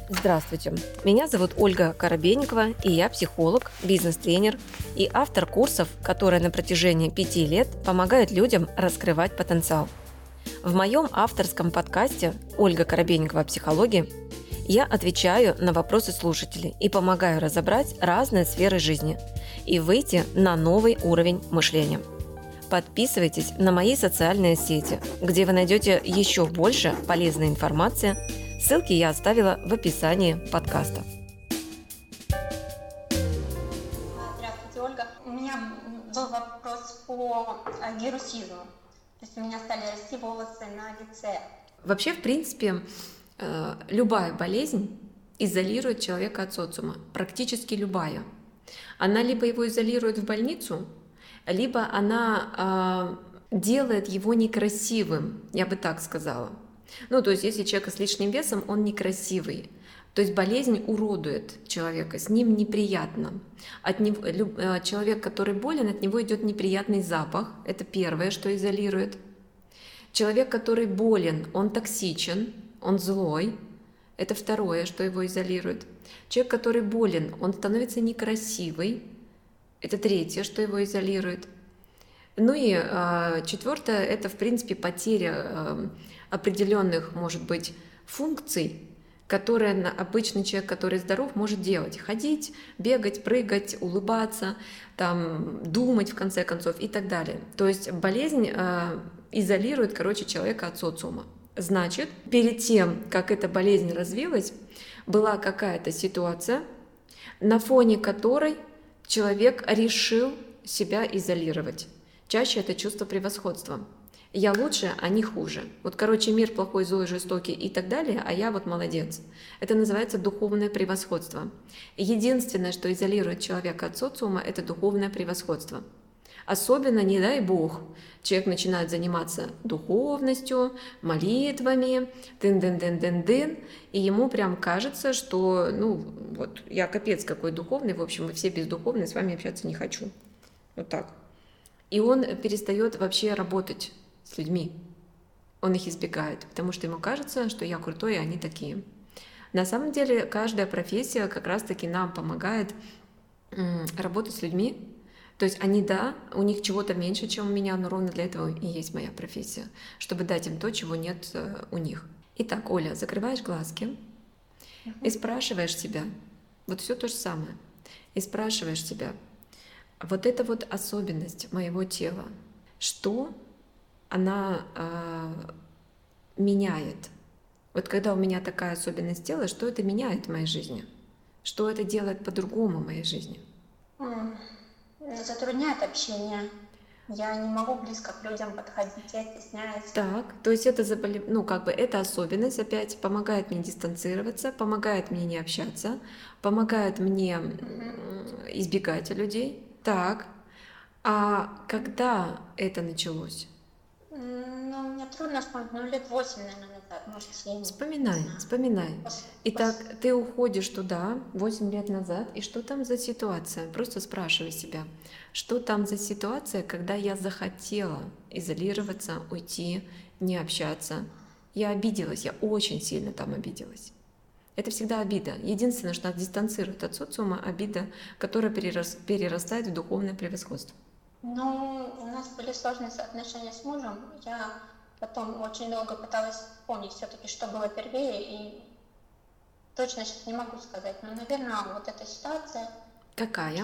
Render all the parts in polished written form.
Здравствуйте, меня зовут Ольга Коробейникова, и я психолог, бизнес-тренер и автор курсов, которые на протяжении 5 лет помогают людям раскрывать потенциал. В моем авторском подкасте «Ольга Коробейникова о психологии» я отвечаю на вопросы слушателей и помогаю разобрать разные сферы жизни и выйти на новый уровень мышления. Подписывайтесь на мои социальные сети, где вы найдете еще больше полезной информации. Ссылки я оставила в описании подкаста. Здравствуйте, Ольга. У меня был вопрос по гирусизму. То есть у меня стали расти волосы на лице. Вообще, в принципе, любая болезнь изолирует человека от социума. Практически любая. Она либо его изолирует в больницу, либо она делает его некрасивым, я бы так сказала. То есть если человек с лишним весом, он некрасивый. То есть болезнь уродует человека, с ним неприятно. Человек, который болен, от него идет неприятный запах. Это первое, что изолирует. Человек, который болен, он токсичен, он злой. Это второе, что его изолирует. Человек, который болен, он становится некрасивый. Это третье, что его изолирует. Четвертое, это, в принципе, потеря определенных, может быть, функций, которые обычный человек, который здоров, может делать. Ходить, бегать, прыгать, улыбаться, думать, в конце концов, и так далее. То есть болезнь изолирует, человека от социума. Значит, перед тем, как эта болезнь развилась, была какая-то ситуация, на фоне которой человек решил себя изолировать. Чаще это чувство превосходства. Я лучше, а не хуже. Мир плохой, злой, жестокий и так далее, а я молодец. Это называется духовное превосходство. Единственное, что изолирует человека от социума, это духовное превосходство. Особенно, не дай бог, человек начинает заниматься духовностью, молитвами, дын-дын-дын-дын-дын, и ему прям кажется, что, я капец какой духовный, в общем, мы все бездуховные, с вами общаться не хочу. Вот так. И он перестает вообще работать с людьми. Он их избегает, потому что ему кажется, что я крутой, и они такие. На самом деле, каждая профессия как раз-таки нам помогает работать с людьми. То есть у них чего-то меньше, чем у меня, но ровно для этого и есть моя профессия, чтобы дать им то, чего нет у них. Итак, Оля, закрываешь глазки и спрашиваешь себя, все то же самое, и спрашиваешь себя, эта особенность моего тела, что она меняет? Когда у меня такая особенность тела, что это меняет в моей жизни? Что это делает по-другому в моей жизни? Затрудняет общение. Я не могу близко к людям подходить, я стесняюсь. Так, то есть это эта особенность опять помогает мне дистанцироваться, помогает мне не общаться, помогает мне избегать людей. Так, а когда это началось? Мне трудно вспомнить, лет 8, наверное, назад, может, 7. Вспоминай. Итак, ты уходишь туда 8 лет назад, и что там за ситуация? Просто спрашивай себя, что там за ситуация, когда я захотела изолироваться, уйти, не общаться? Я обиделась, я очень сильно там обиделась. Это всегда обида. Единственное, что нас дистанцирует от социума, обида, которая перерастает в духовное превосходство. У нас были сложные отношения с мужем. Я потом очень долго пыталась вспомнить все-таки, что было первее, и точно сейчас не могу сказать. Но, наверное, эта ситуация... Какая?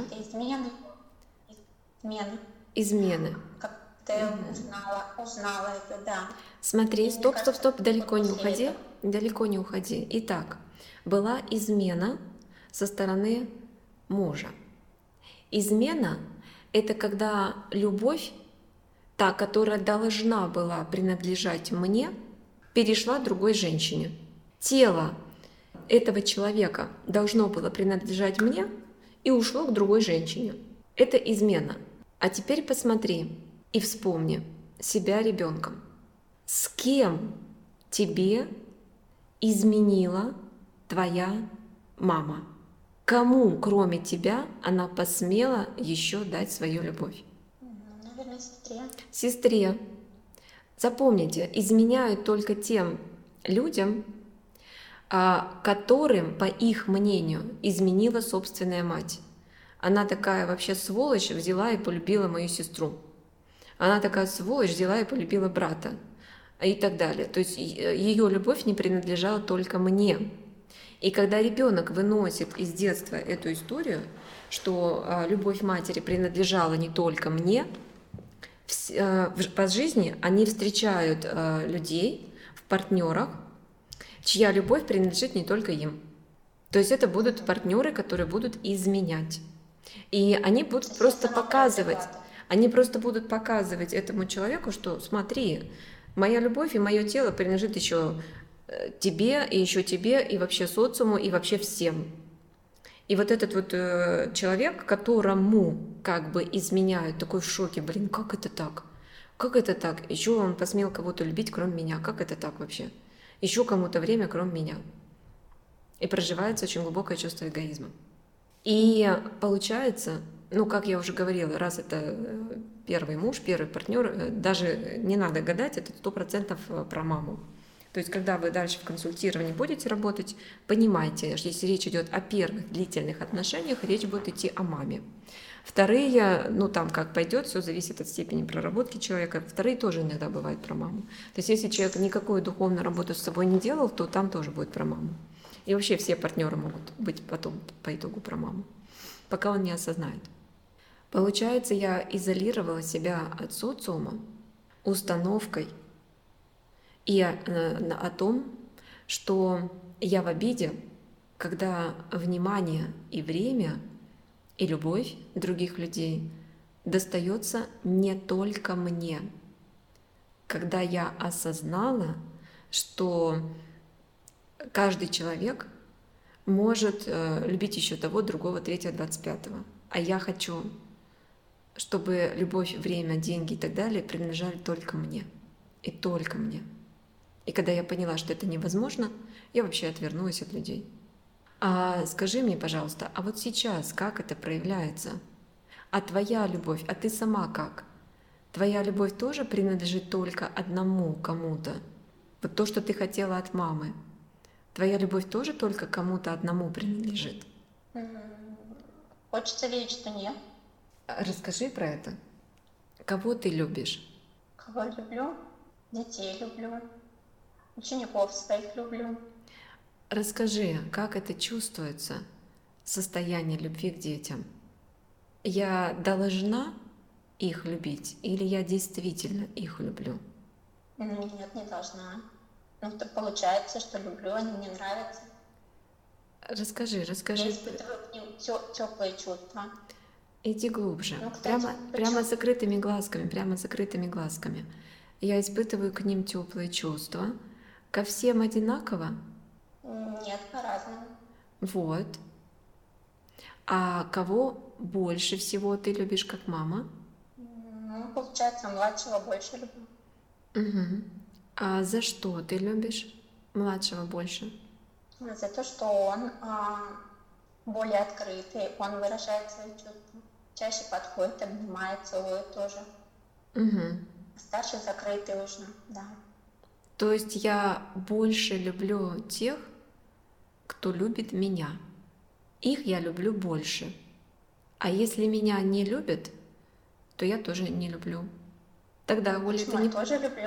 Измены. Как-то я узнала это, да. Смотри, стоп, далеко не уходи. Итак, была измена со стороны мужа. Измена — это когда любовь, та, которая должна была принадлежать мне, перешла другой женщине. Тело этого человека должно было принадлежать мне и ушло к другой женщине. Это измена. А теперь посмотри и вспомни себя ребенком. С кем тебе изменила твоя мама? Кому, кроме тебя, она посмела еще дать свою любовь? Наверное, Сестре. Запомните, изменяют только тем людям, которым, по их мнению, изменила собственная мать. Она такая вообще сволочь, взяла и полюбила мою сестру. Она такая сволочь, взяла и полюбила брата. И так далее. То есть ее любовь не принадлежала только мне. И когда ребенок выносит из детства эту историю, что любовь матери принадлежала не только мне, по жизни они встречают людей в партнерах, чья любовь принадлежит не только им. То есть это будут партнеры, которые будут изменять. И они будут просто показывать, этому человеку, что смотри, моя любовь и мое тело принадлежит еще тебе, и вообще социуму, и вообще всем. И вот этот вот человек, которому как бы изменяют, такой в шоке, блин, как это так? Как это так? Еще он посмел кого-то любить, кроме меня. Как это так вообще? Еще кому-то время, кроме меня. И проживается очень глубокое чувство эгоизма. И получается, как я уже говорила, раз это первый муж, первый партнер, даже не надо гадать, это 100% про маму. То есть, когда вы дальше в консультировании будете работать, понимайте, что если речь идет о первых длительных отношениях, речь будет идти о маме. Вторые, там как пойдет, все зависит от степени проработки человека. Вторые тоже иногда бывают про маму. То есть, если человек никакую духовную работу с собой не делал, то там тоже будет про маму. И вообще все партнеры могут быть потом по итогу про маму, пока он не осознает. Получается, я изолировала себя от социума установкой и о том, что я в обиде, когда внимание и время, и любовь других людей достается не только мне. Когда я осознала, что каждый человек может любить еще того, другого, третьего, 25-го. А я хочу, чтобы любовь, время, деньги и так далее принадлежали только мне. И только мне. И когда я поняла, что это невозможно, я вообще отвернулась от людей. А скажи мне, пожалуйста, а вот сейчас как это проявляется? А твоя любовь, а ты сама как? Твоя любовь тоже принадлежит только одному кому-то? Вот то, что ты хотела от мамы. Твоя любовь тоже только кому-то одному принадлежит? Хочется верить, что нет. Расскажи про это. Кого ты любишь? Кого люблю? Детей люблю. Учеников своих люблю. Расскажи, как это чувствуется, состояние любви к детям? Я должна их любить или я действительно их люблю? Нет, не должна. Так получается, что люблю, они мне нравятся. Расскажи. Я испытываю к ним теплые чувства. Иди глубже. Кстати, прямо закрытыми глазками. Я испытываю к ним теплые чувства. Ко всем одинаково? Нет, по-разному. Вот. А кого больше всего ты любишь как мама? Получается, младшего больше люблю. Угу. А за что ты любишь младшего больше? За то, что он более открытый, он выражает свои чувства. Чаще подходит, обнимает, целует тоже. Угу. Старший закрытый уже, да. То есть я больше люблю тех, кто любит меня. Их я люблю больше. А если меня не любят, то я тоже не люблю. Тогда, Оля, ты не... Я тоже люблю,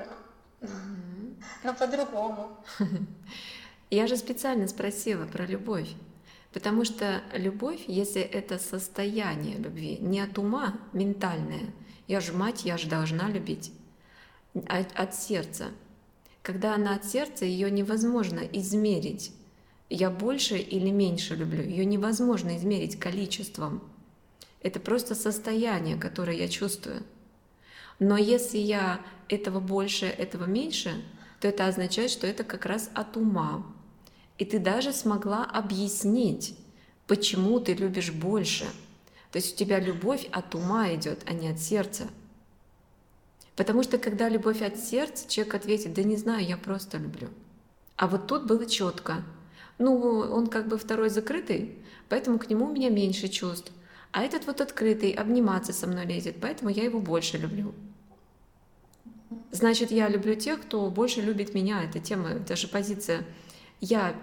но по-другому. Я же специально спросила про любовь. Потому что любовь, если это состояние любви, не от ума, ментальное, я же мать, я же должна любить, а от сердца. Когда она от сердца, ее невозможно измерить. Я больше или меньше люблю, ее невозможно измерить количеством. Это просто состояние, которое я чувствую. Но если я этого больше, этого меньше, то это означает, что это как раз от ума. И ты даже смогла объяснить, почему ты любишь больше. То есть у тебя любовь от ума идет, а не от сердца. Потому что когда любовь от сердца, человек ответит: да не знаю, я просто люблю. А вот тут было четко. Он как бы второй закрытый, поэтому к нему у меня меньше чувств. А этот вот открытый, обниматься со мной лезет, поэтому я его больше люблю. Значит, я люблю тех, кто больше любит меня. Это тема, это же позиция. я,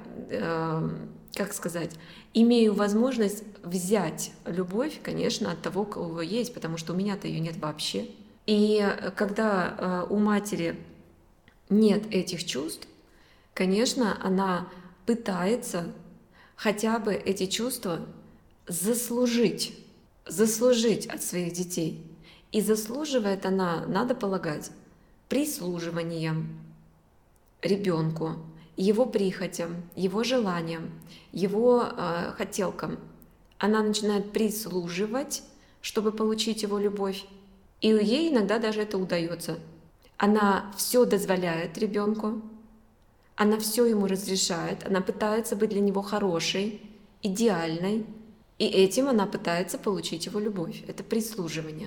как сказать, имею возможность взять любовь, конечно, от того, кого есть, потому что у меня-то ее нет вообще. И когда у матери нет этих чувств, конечно, она пытается хотя бы эти чувства заслужить от своих детей. И заслуживает она, надо полагать, прислуживанием ребенку, его прихотям, его желаниям, его хотелкам. Она начинает прислуживать, чтобы получить его любовь. И ей иногда даже это удается. Она все дозволяет ребенку, она все ему разрешает, она пытается быть для него хорошей, идеальной, и этим она пытается получить его любовь. Это прислуживание.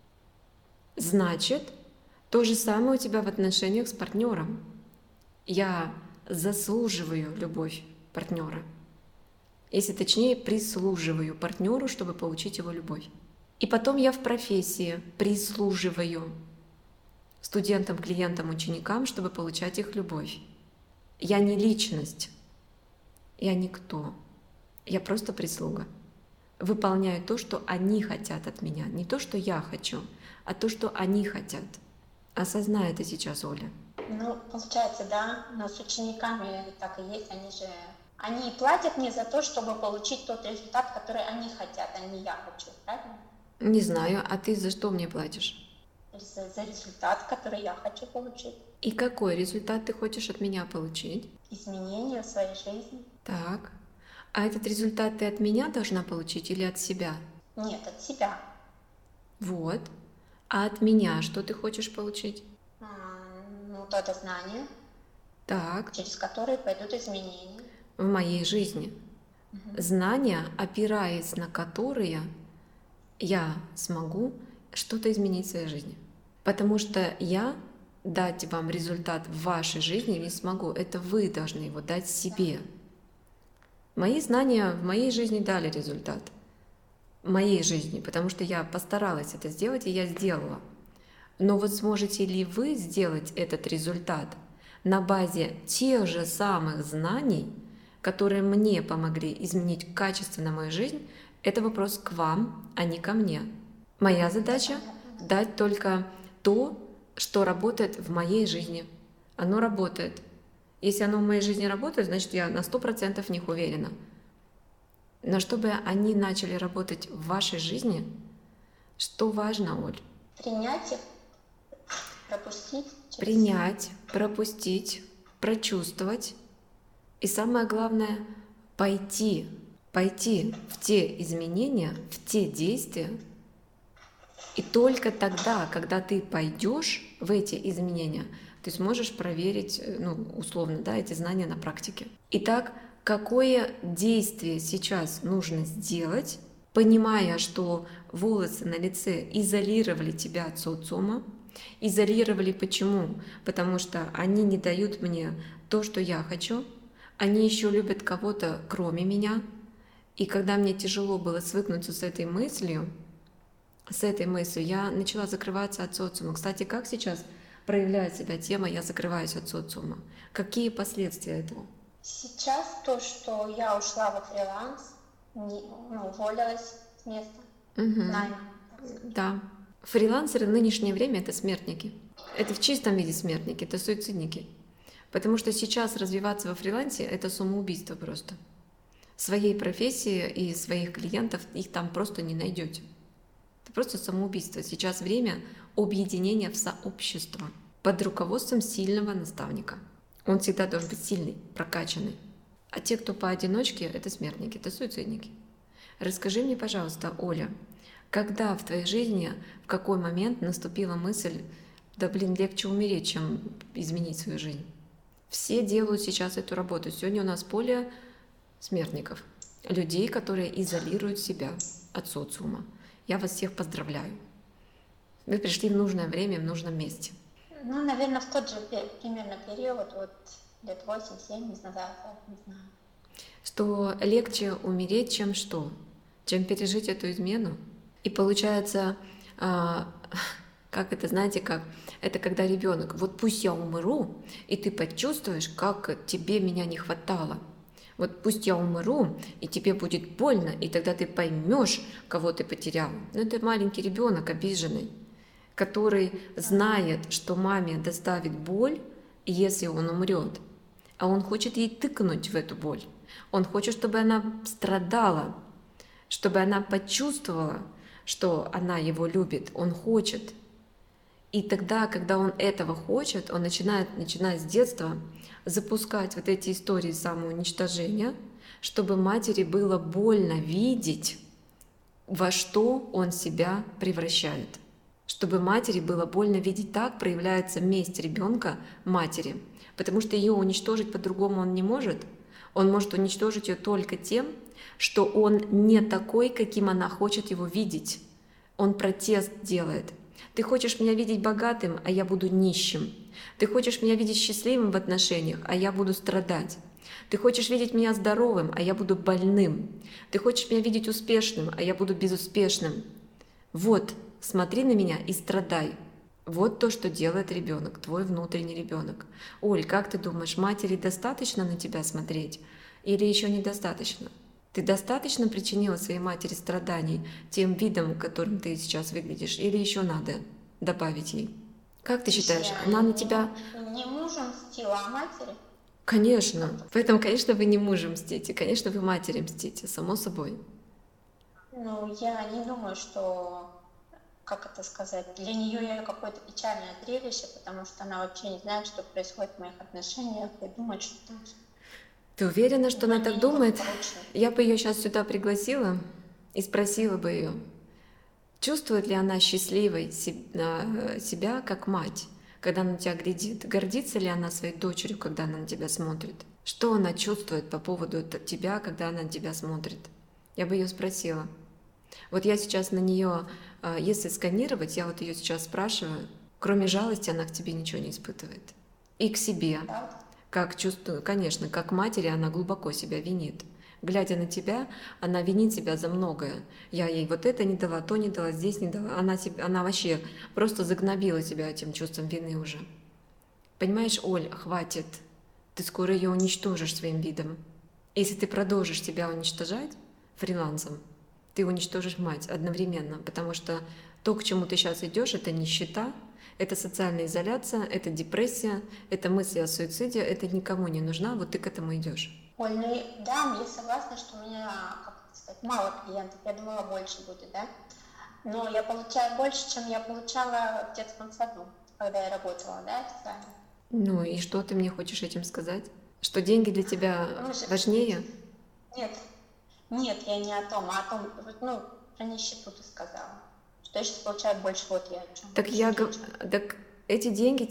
Значит, то же самое у тебя в отношениях с партнером. Я заслуживаю любовь партнера. Если точнее, прислуживаю партнеру, чтобы получить его любовь. И потом я в профессии прислуживаю студентам, клиентам, ученикам, чтобы получать их любовь. Я не личность, я никто, я просто прислуга. Выполняю то, что они хотят от меня, не то, что я хочу, а то, что они хотят. Осознай это сейчас, Оля. Ну, получается, да, но с учениками так и есть, они платят мне за то, чтобы получить тот результат, который они хотят, а не я хочу, правильно? Не знаю, а ты за что мне платишь? За результат, который я хочу получить. И какой результат ты хочешь от меня получить? Изменения в своей жизни. Так. А этот результат ты от меня должна получить или от себя? Нет, от себя. Вот. А от меня что ты хочешь получить? Ну, то знание, Так. через которые пойдут изменения. В моей жизни. Знания, опираясь на которые я смогу что-то изменить в своей жизни. Потому что я дать вам результат в вашей жизни не смогу. Это вы должны его дать себе. Мои знания в моей жизни дали результат. В моей жизни, потому что я постаралась это сделать, и я сделала. Но вот сможете ли вы сделать этот результат на базе тех же самых знаний, которые мне помогли изменить качественно мою жизнь, это вопрос к вам, а не ко мне. Моя задача — дать только то, что работает в моей жизни. Оно работает. Если оно в моей жизни работает, значит, я на 100% в них уверена. Но чтобы они начали работать в вашей жизни, что важно, Оль? Принять их, пропустить. Принять, пропустить, прочувствовать. И самое главное — пойти в те изменения, в те действия. И только тогда, когда ты пойдешь в эти изменения, ты сможешь проверить, условно, эти знания на практике. Итак, какое действие сейчас нужно сделать, понимая, что волосы на лице изолировали тебя от социума? Изолировали почему? Потому что они не дают мне то, что я хочу. Они еще любят кого-то, кроме меня. И когда мне тяжело было свыкнуться с этой мыслью, я начала закрываться от социума. Кстати, как сейчас проявляет себя тема «я закрываюсь от социума»? Какие последствия этого? Сейчас то, что я ушла во фриланс, уволилась с места найма. Да. Фрилансеры в нынешнее время — это смертники. Это в чистом виде смертники, это суицидники. Потому что сейчас развиваться во фрилансе — это самоубийство просто. Своей профессии и своих клиентов их там просто не найдете. Это просто самоубийство. Сейчас время объединения в сообщество под руководством сильного наставника. Он всегда должен быть сильный, прокачанный. А те, кто поодиночке, это смертники, это суицидники. Расскажи мне, пожалуйста, Оля, когда в твоей жизни, в какой момент наступила мысль, легче умереть, чем изменить свою жизнь? Все делают сейчас эту работу. Сегодня у нас поле смертников, людей, которые изолируют себя от социума. Я вас всех поздравляю. Вы пришли в нужное время, в нужном месте. Наверное, в тот же примерно период, лет 8-7 назад, не знаю. Что легче умереть, чем что? Чем пережить эту измену? И получается, Как это, знаете, как? Это когда ребенок, вот пусть я умру, и ты почувствуешь, как тебе меня не хватало. Вот пусть я умру, и тебе будет больно, и тогда ты поймешь, кого ты потерял. Но это маленький ребенок обиженный, который знает, что маме доставит боль, если он умрет. А он хочет ей тыкнуть в эту боль. Он хочет, чтобы она страдала, чтобы она почувствовала, что она его любит. Он хочет. И тогда, когда он этого хочет, он начинает с детства запускать вот эти истории самоуничтожения, чтобы матери было больно видеть, во что он себя превращает. Чтобы матери было больно видеть, так проявляется месть ребенка матери. Потому что ее уничтожить по-другому он не может. Он может уничтожить ее только тем, что он не такой, каким она хочет его видеть. Он протест делает. Ты хочешь меня видеть богатым, а я буду нищим. Ты хочешь меня видеть счастливым в отношениях, а я буду страдать. Ты хочешь видеть меня здоровым, а я буду больным. Ты хочешь меня видеть успешным, а я буду безуспешным. Вот, смотри на меня и страдай. Вот то, что делает ребенок, твой внутренний ребенок. Оль, как ты думаешь, матери достаточно на тебя смотреть или еще недостаточно? Ты достаточно причинила своей матери страданий тем видом, которым ты сейчас выглядишь, или еще надо добавить ей? Как ты считаешь, она на тебя... Не мужем мстила, а матери? Конечно. Поэтому, конечно, вы не мужем мстите, конечно, вы матери мстите, само собой. Ну, я не думаю, что, как это сказать, для нее я какое-то печальное зрелище, потому что она вообще не знает, что происходит в моих отношениях, и думает, что там... Ты уверена, что она так думает? Я бы ее сейчас сюда пригласила и спросила бы ее, чувствует ли она счастливой себя как мать, когда она на тебя глядит? Гордится ли она своей дочерью, когда она на тебя смотрит? Что она чувствует по поводу тебя, когда она на тебя смотрит? Я бы ее спросила. Вот я сейчас на нее, если сканировать, я вот ее сейчас спрашиваю, кроме жалости она к тебе ничего не испытывает. И к себе. Как чувствую, конечно, как матери она глубоко себя винит. Глядя на тебя, она винит себя за многое. Я ей вот это не дала, то не дала, здесь не дала. Она вообще просто загнобила себя этим чувством вины уже. Понимаешь, Оль, хватит. Ты скоро ее уничтожишь своим видом. Если ты продолжишь себя уничтожать фрилансом, ты уничтожишь мать одновременно, потому что то, к чему ты сейчас идешь, это нищета, это социальная изоляция, это депрессия, это мысли о суициде, это никому не нужна, вот ты к этому идешь. Оль, ну да, я согласна, что у меня, как это сказать, мало клиентов, я думала, больше будет, да? Но я получаю больше, чем я получала в детском саду, когда я работала, да, официально. Ну и что ты мне хочешь этим сказать? Что деньги для тебя важнее? Нет, я не о том, а о том, ну, про нищету ты сказала. Что я сейчас получаю больше, вот я о чем. Так эти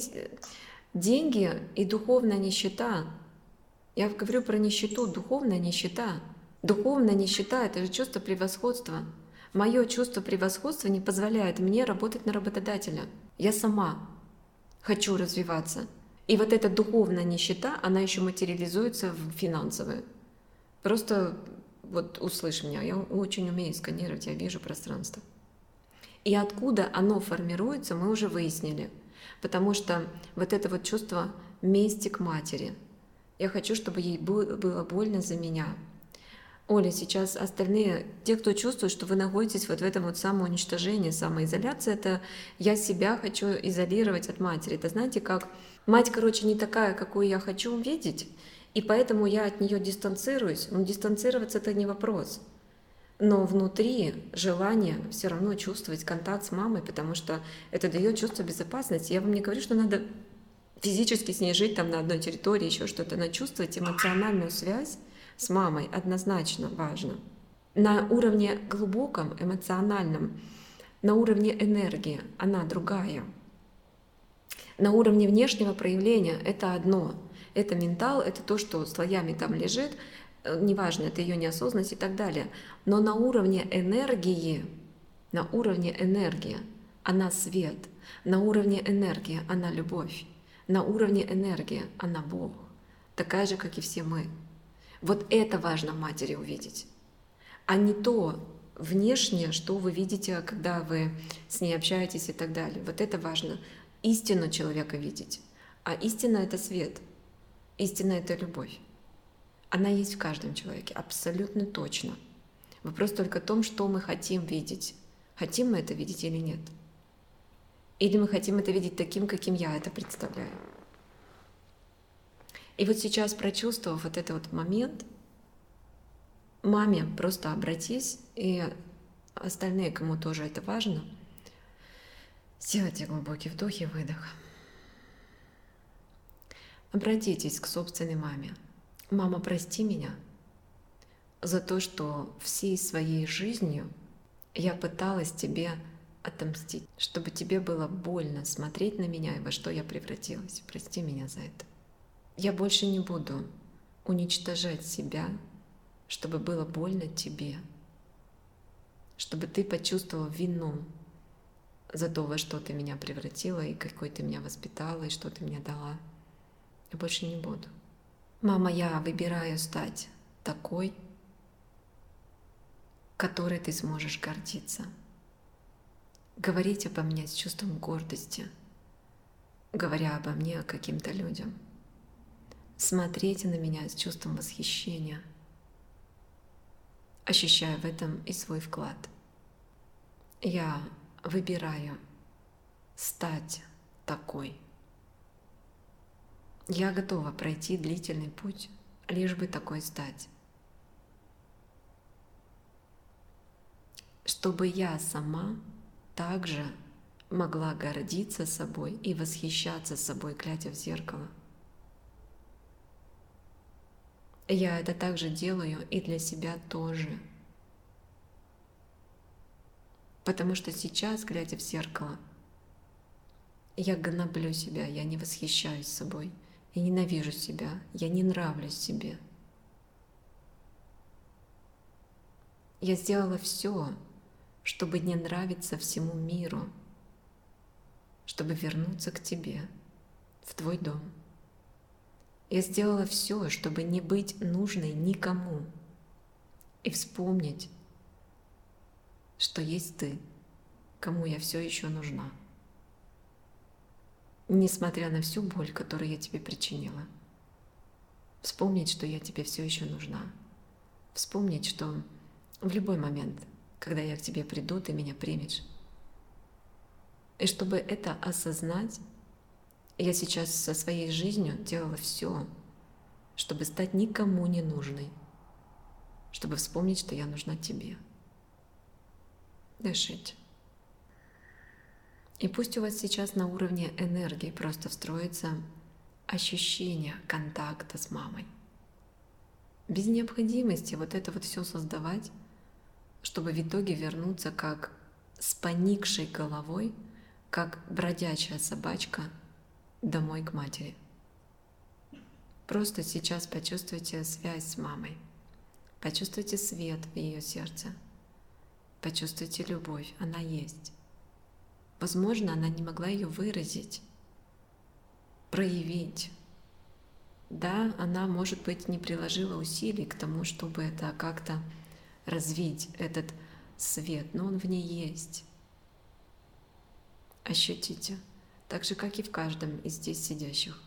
деньги и духовная нищета. Я говорю про нищету, духовная нищета. Духовная нищета — это же чувство превосходства. Мое чувство превосходства не позволяет мне работать на работодателя. Я сама хочу развиваться. И вот эта духовная нищета, она еще материализуется в финансовую. Просто вот услышь меня, я очень умею сканировать, я вижу пространство. И откуда оно формируется, мы уже выяснили. Потому что вот это вот чувство мести к матери. Я хочу, чтобы ей было больно за меня. Оля, сейчас остальные, те, кто чувствует, что вы находитесь вот в этом вот самоуничтожении, самоизоляции, это я себя хочу изолировать от матери. Это знаете, как мать, короче, не такая, какую я хочу видеть, и поэтому я от нее дистанцируюсь. Но дистанцироваться — это не вопрос. Но внутри желание все равно чувствовать контакт с мамой, потому что это дает чувство безопасности. Я вам не говорю, что надо физически с ней жить там на одной территории, еще что-то, но чувствовать эмоциональную связь с мамой однозначно важно. На уровне глубоком, эмоциональном, на уровне энергии она другая. На уровне внешнего проявления это одно. Это ментал, это то, что слоями там лежит, неважно, это ее неосознанность и так далее. Но на уровне энергии она свет, на уровне энергии она любовь, на уровне энергии она Бог, такая же, как и все мы. Вот это важно матери увидеть, а не то, внешне, что вы видите, когда вы с ней общаетесь и так далее. Вот это важно. Истину человека видеть. А истина — это свет. Истина — это любовь. Она есть в каждом человеке, абсолютно точно. Вопрос только в том, что мы хотим видеть. Хотим мы это видеть или нет? Или мы хотим это видеть таким, каким я это представляю? И вот сейчас, прочувствовав вот этот вот момент, маме просто обратись, и остальные, кому тоже это важно, сделайте глубокий вдох и выдох. Обратитесь к собственной маме. Мама, прости меня за то, что всей своей жизнью я пыталась тебе отомстить, чтобы тебе было больно смотреть на меня и во что я превратилась. Прости меня за это. Я больше не буду уничтожать себя, чтобы было больно тебе, чтобы ты почувствовал вину за то, во что ты меня превратила, и какой ты меня воспитала, и что ты мне дала. Я больше не буду. Мама, я выбираю стать такой, которой ты сможешь гордиться. Говорить обо мне с чувством гордости, говоря обо мне каким-то людям. Смотреть на меня с чувством восхищения, ощущая в этом и свой вклад. Я выбираю стать такой. Я готова пройти длительный путь, лишь бы такой стать. Чтобы я сама также могла гордиться собой и восхищаться собой, глядя в зеркало. Я это также делаю и для себя тоже. Потому что сейчас, глядя в зеркало, я гноблю себя, я не восхищаюсь собой, я ненавижу себя, я не нравлюсь себе. Я сделала все, чтобы не нравиться всему миру, чтобы вернуться к тебе, в твой дом. Я сделала все, чтобы не быть нужной никому и вспомнить, что есть ты, кому я все еще нужна, несмотря на всю боль, которую я тебе причинила. Вспомнить, что я тебе все еще нужна. Вспомнить, что в любой момент, когда я к тебе приду, ты меня примешь. И чтобы это осознать, я сейчас со своей жизнью делала все, чтобы стать никому не нужной, чтобы вспомнить, что я нужна тебе. Дышите. И пусть у вас сейчас на уровне энергии просто встроится ощущение контакта с мамой. Без необходимости вот это вот все создавать, чтобы в итоге вернуться как с поникшей головой, как бродячая собачка домой к матери. Просто сейчас почувствуйте связь с мамой, почувствуйте свет в ее сердце, почувствуйте любовь, она есть. Возможно, она не могла ее выразить, проявить. Да, она, может быть, не приложила усилий к тому, чтобы это как-то развить, этот свет, но он в ней есть. Ощутите, так же, как и в каждом из здесь сидящих.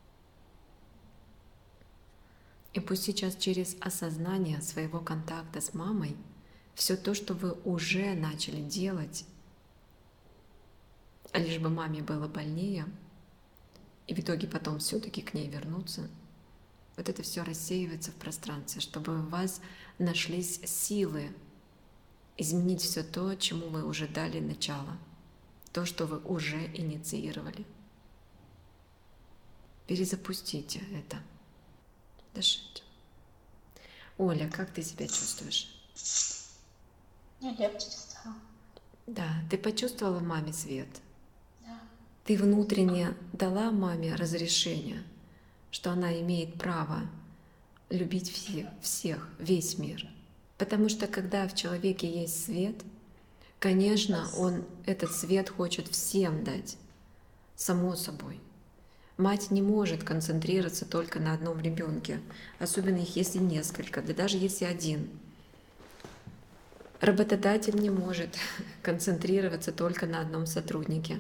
И пусть сейчас через осознание своего контакта с мамой все то, что вы уже начали делать, лишь бы маме было больнее, и в итоге потом все-таки к ней вернуться, вот это все рассеивается в пространстве, чтобы у вас нашлись силы изменить все то, чему вы уже дали начало, то, что вы уже инициировали. Перезапустите это. Дышите. Оля, как ты себя чувствуешь? Мне легче стало. Да, ты почувствовала в маме свет? Да. Ты внутренне дала маме разрешение, что она имеет право любить всех, весь мир. Потому что когда в человеке есть свет, конечно, он этот свет хочет всем дать, само собой. Мать не может концентрироваться только на одном ребенке, особенно их если несколько, да даже если один. Работодатель не может концентрироваться только на одном сотруднике.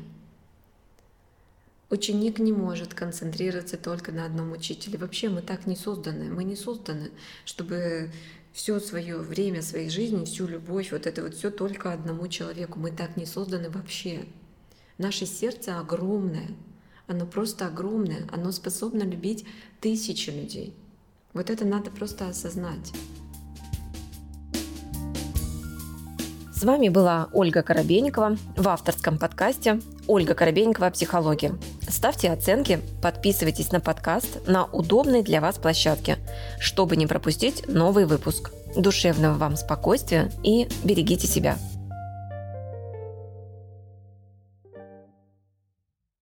Ученик не может концентрироваться только на одном учителе. Вообще мы так не созданы. Мы не созданы, чтобы все свое время своей жизни, всю любовь, вот это вот все только одному человеку. Мы так не созданы вообще. Наше сердце огромное. Оно просто огромное. Оно способно любить тысячи людей. Вот это надо просто осознать. С вами была Ольга Коробейникова в авторском подкасте «Ольга Коробейникова. Психология». Ставьте оценки, подписывайтесь на подкаст на удобной для вас площадке, чтобы не пропустить новый выпуск. Душевного вам спокойствия и берегите себя.